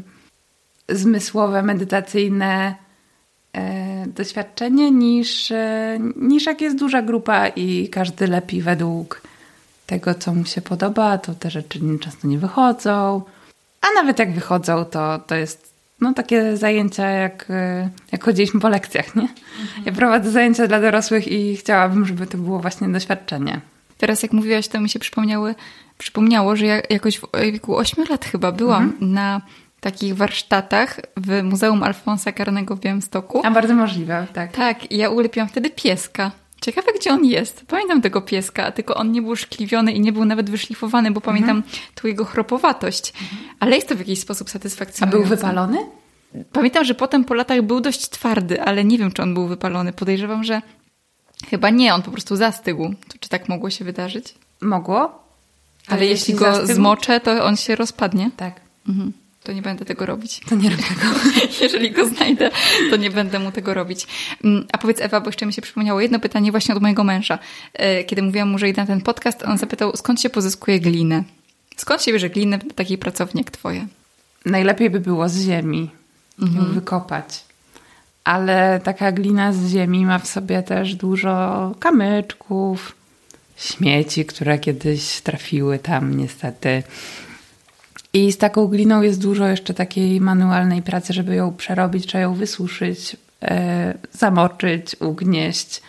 zmysłowe, medytacyjne doświadczenie niż jak jest duża grupa i każdy lepi według tego, co mu się podoba, to te rzeczy często nie wychodzą. A nawet jak wychodzą, to jest takie zajęcia, jak chodziliśmy po lekcjach, nie? Ja prowadzę zajęcia dla dorosłych i chciałabym, żeby to było właśnie doświadczenie. Teraz jak mówiłaś, to mi się przypomniało, że ja jakoś w wieku 8 lat chyba byłam na takich warsztatach w Muzeum Alfonsa Karnego w Białymstoku. A bardzo możliwe, tak. Tak, i ja ulepiłam wtedy pieska. Ciekawe, gdzie on jest. Pamiętam tego pieska, tylko on nie był szkliwiony i nie był nawet wyszlifowany, bo pamiętam tą jego chropowatość. Ale jest to w jakiś sposób satysfakcjonujące. A był wypalony? Pamiętam, że potem po latach był dość twardy, ale nie wiem, czy on był wypalony. Podejrzewam, że chyba nie, on po prostu zastygł. Czy tak mogło się wydarzyć? Mogło. Ale jeśli go zmoczę, to on się rozpadnie? Tak. To nie będę tego robić. To nie rób tego. Jeżeli go znajdę, to nie będę mu tego robić. A powiedz, Ewa, bo jeszcze mi się przypomniało jedno pytanie właśnie od mojego męża. Kiedy mówiłam mu, że idę na ten podcast, on zapytał, skąd się pozyskuje glinę? Skąd się bierze glinę do takiej pracowni jak twoje? Najlepiej by było z ziemi ją wykopać. Ale taka glina z ziemi ma w sobie też dużo kamyczków, śmieci, które kiedyś trafiły tam niestety. I z taką gliną jest dużo jeszcze takiej manualnej pracy, żeby ją przerobić, trzeba ją wysuszyć, zamoczyć, ugnieść,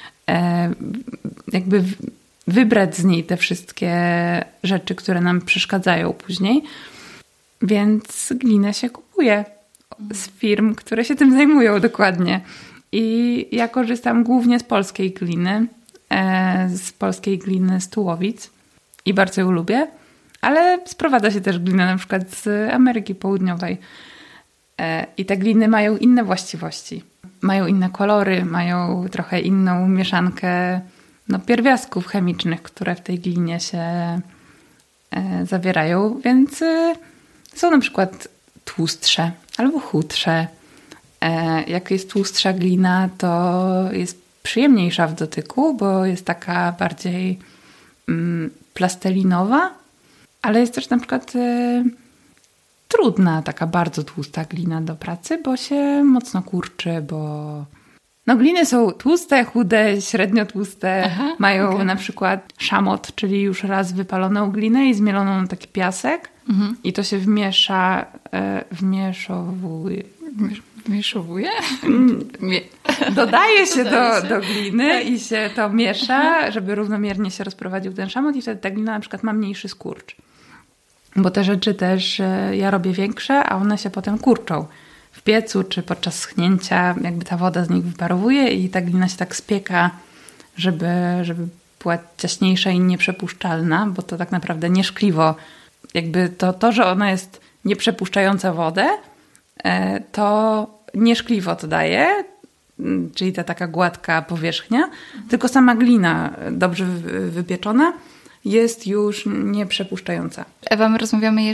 jakby wybrać z niej te wszystkie rzeczy, które nam przeszkadzają później. Więc glinę się kupuje z firm, które się tym zajmują dokładnie. I ja korzystam głównie z polskiej gliny z Tułowic i bardzo ją lubię, ale sprowadza się też glina na przykład z Ameryki Południowej. I te gliny mają inne właściwości. Mają inne kolory, mają trochę inną mieszankę pierwiastków chemicznych, które w tej glinie się zawierają, więc są na przykład tłustsze albo chudsze. Jak jest tłustsza glina, to jest przyjemniejsza w dotyku, bo jest taka bardziej plastelinowa, ale jest też na przykład trudna, taka bardzo tłusta glina do pracy, bo się mocno kurczy, bo gliny są tłuste, chude, średnio tłuste. Mają na przykład szamot, czyli już raz wypaloną glinę i zmieloną na taki piasek i to się Wmieszowuje? Dodaje się do gliny i się to miesza, żeby równomiernie się rozprowadził ten szamot i wtedy ta glina na przykład ma mniejszy skurcz. Bo te rzeczy też ja robię większe, a one się potem kurczą w piecu czy podczas schnięcia, jakby ta woda z nich wyparowuje i ta glina się tak spieka, żeby była ciaśniejsza i nieprzepuszczalna, bo to tak naprawdę nieszkliwo, jakby to, że ona jest nieprzepuszczająca wodę, to nieszkliwo to daje, czyli ta taka gładka powierzchnia, tylko sama glina dobrze wypieczona jest już nieprzepuszczająca. Ewa, my rozmawiamy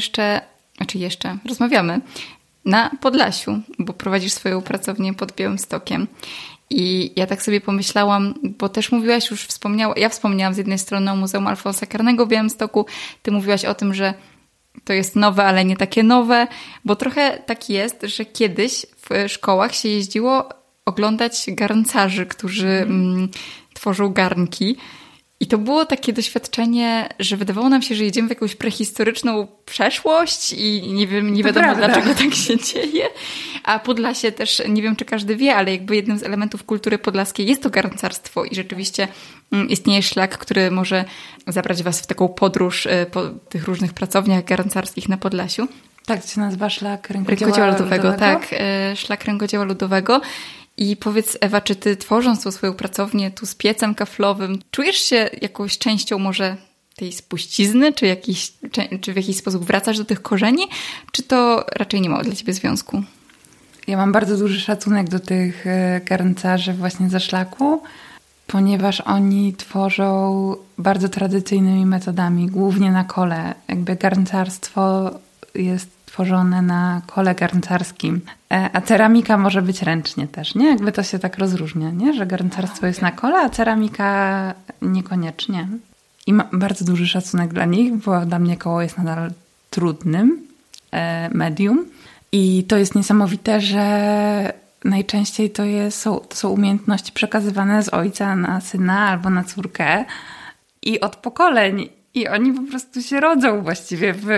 rozmawiamy na Podlasiu, bo prowadzisz swoją pracownię pod Białymstokiem. I ja tak sobie pomyślałam, bo też mówiłaś, ja wspomniałam z jednej strony o Muzeum Alfonsa Karnego w Białymstoku, ty mówiłaś o tym, że to jest nowe, ale nie takie nowe, bo trochę tak jest, że kiedyś w szkołach się jeździło oglądać garncarzy, którzy tworzą garnki. I to było takie doświadczenie, że wydawało nam się, że jedziemy w jakąś prehistoryczną przeszłość i nie wiadomo dlaczego tak się dzieje. A Podlasie też, nie wiem czy każdy wie, ale jakby jednym z elementów kultury podlaskiej jest to garncarstwo i rzeczywiście istnieje szlak, który może zabrać was w taką podróż po tych różnych pracowniach garncarskich na Podlasiu. Tak, to się nazywa szlak rękodzieła ludowego. Tak, szlak rękodzieła ludowego. I powiedz, Ewa, czy ty tworząc tą swoją pracownię tu z piecem kaflowym, czujesz się jakąś częścią może tej spuścizny, czy w jakiś sposób wracasz do tych korzeni, czy to raczej nie ma dla ciebie związku? Ja mam bardzo duży szacunek do tych garncarzy właśnie ze szlaku, ponieważ oni tworzą bardzo tradycyjnymi metodami, głównie na kole. Jakby garncarstwo jest tworzone na kole garncarskim, a ceramika może być ręcznie też, nie? Jakby to się tak rozróżnia, nie? Że garncarstwo jest na kole, a ceramika niekoniecznie. I mam bardzo duży szacunek dla nich, bo dla mnie koło jest nadal trudnym medium. I to jest niesamowite, że najczęściej to są umiejętności przekazywane z ojca na syna albo na córkę i od pokoleń. I oni po prostu się rodzą właściwie w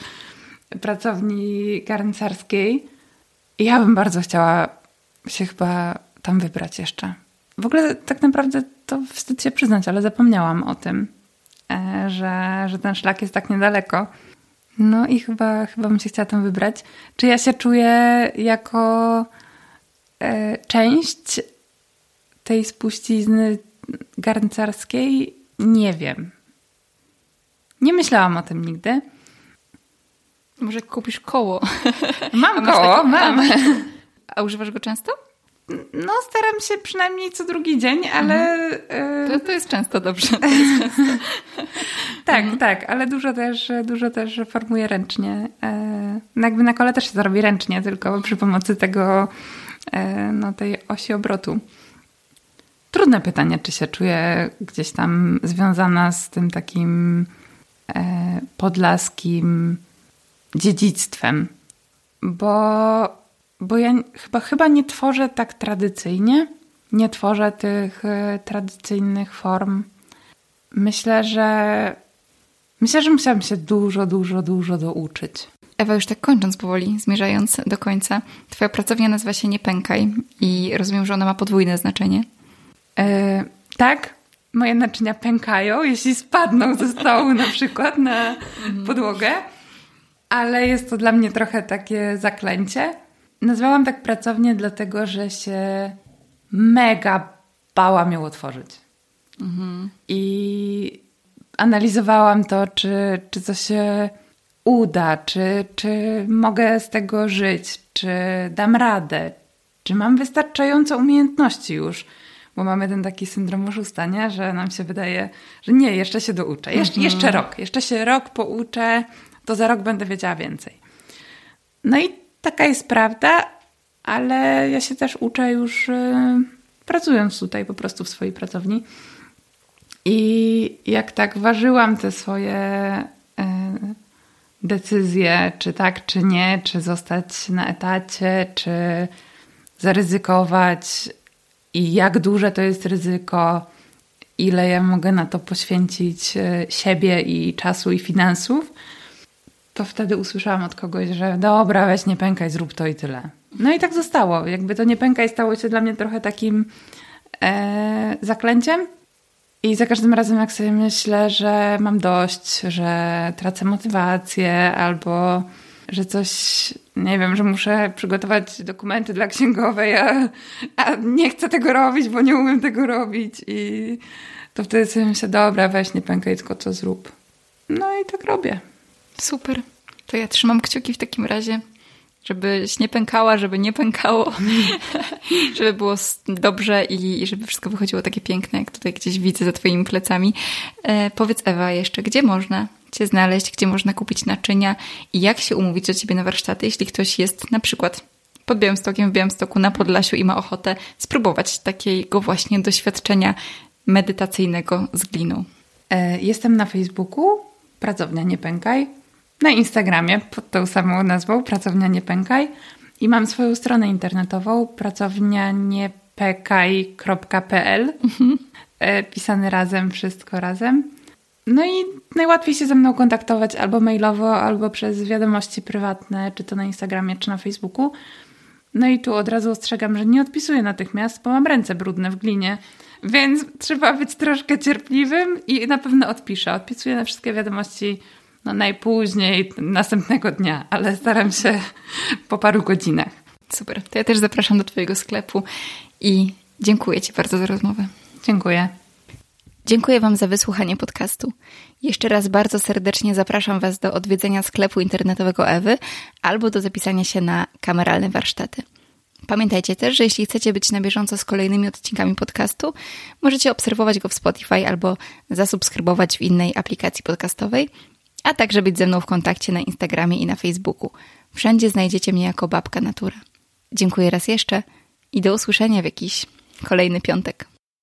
pracowni garncarskiej. I ja bym bardzo chciała się chyba tam wybrać jeszcze. W ogóle tak naprawdę to wstyd się przyznać, ale zapomniałam o tym, że ten szlak jest tak niedaleko. No i chyba bym się chciała tam wybrać. Czy ja się czuję jako część tej spuścizny garncarskiej? Nie wiem. Nie myślałam o tym nigdy. Może kupisz koło. Mam koło, mam. A używasz go często? No, staram się przynajmniej co drugi dzień, ale... To jest często dobrze. To jest często. Tak, ale dużo też formuję ręcznie. jakby na kole też się to robi ręcznie, tylko przy pomocy tego, tej osi obrotu. Trudne pytanie, czy się czuję gdzieś tam związana z tym takim podlaskim dziedzictwem, bo ja chyba nie tworzę tak tradycyjnie, nie tworzę tych tradycyjnych form. Myślę, że musiałam się dużo douczyć. Ewa, już tak kończąc powoli, zmierzając do końca, twoja pracownia nazywa się Nie Pękaj i rozumiem, że ona ma podwójne znaczenie. Tak, moje naczynia pękają, jeśli spadną ze stołu na przykład na podłogę, ale jest to dla mnie trochę takie zaklęcie. Nazwałam tak pracownię dlatego, że się mega bałam ją otworzyć. I analizowałam to, czy to się uda, czy mogę z tego żyć, czy dam radę, czy mam wystarczająco umiejętności już. Bo mamy ten taki syndrom oszusta, nie? Że nam się wydaje, że nie, jeszcze się douczę. Jeszcze się rok pouczę, to za rok będę wiedziała więcej. No i taka jest prawda, ale ja się też uczę już pracując tutaj po prostu w swojej pracowni. I jak tak ważyłam te swoje decyzje, czy tak, czy nie, czy zostać na etacie, czy zaryzykować i jak duże to jest ryzyko, ile ja mogę na to poświęcić siebie i czasu i finansów, to wtedy usłyszałam od kogoś, że dobra, weź nie pękaj, zrób to i tyle. No i tak zostało. Jakby to nie pękaj stało się dla mnie trochę takim zaklęciem. I za każdym razem, jak sobie myślę, że mam dość, że tracę motywację albo że coś, nie wiem, że muszę przygotować dokumenty dla księgowej, a nie chcę tego robić, bo nie umiem tego robić. I to wtedy sobie myślę, dobra, weź nie pękaj, tylko to zrób. No i tak robię. Super. To ja trzymam kciuki w takim razie, żebyś nie pękała, żeby nie pękało, żeby było dobrze i żeby wszystko wychodziło takie piękne, jak tutaj gdzieś widzę za twoimi plecami. Powiedz, Ewa, jeszcze, gdzie można cię znaleźć, gdzie można kupić naczynia i jak się umówić do ciebie na warsztaty, jeśli ktoś jest na przykład pod Białymstokiem, w Białymstoku, na Podlasiu i ma ochotę spróbować takiego właśnie doświadczenia medytacyjnego z gliną. Jestem na Facebooku, Pracownia Nie Pękaj, na Instagramie pod tą samą nazwą, Pracownia Nie Pękaj, i mam swoją stronę internetową, pracownianiepekaj.pl, pisane razem, wszystko razem. No i najłatwiej się ze mną kontaktować albo mailowo, albo przez wiadomości prywatne, czy to na Instagramie, czy na Facebooku. No i tu od razu ostrzegam, że nie odpisuję natychmiast, bo mam ręce brudne w glinie, więc trzeba być troszkę cierpliwym i na pewno odpiszę. Odpisuję na wszystkie wiadomości najpóźniej następnego dnia, ale staram się po paru godzinach. Super. To ja też zapraszam do twojego sklepu i dziękuję ci bardzo za rozmowę. Dziękuję. Dziękuję wam za wysłuchanie podcastu. Jeszcze raz bardzo serdecznie zapraszam was do odwiedzenia sklepu internetowego Ewy albo do zapisania się na kameralne warsztaty. Pamiętajcie też, że jeśli chcecie być na bieżąco z kolejnymi odcinkami podcastu, możecie obserwować go w Spotify albo zasubskrybować w innej aplikacji podcastowej, a także być ze mną w kontakcie na Instagramie i na Facebooku. Wszędzie znajdziecie mnie jako Babka Natura. Dziękuję raz jeszcze i do usłyszenia w jakiś kolejny piątek.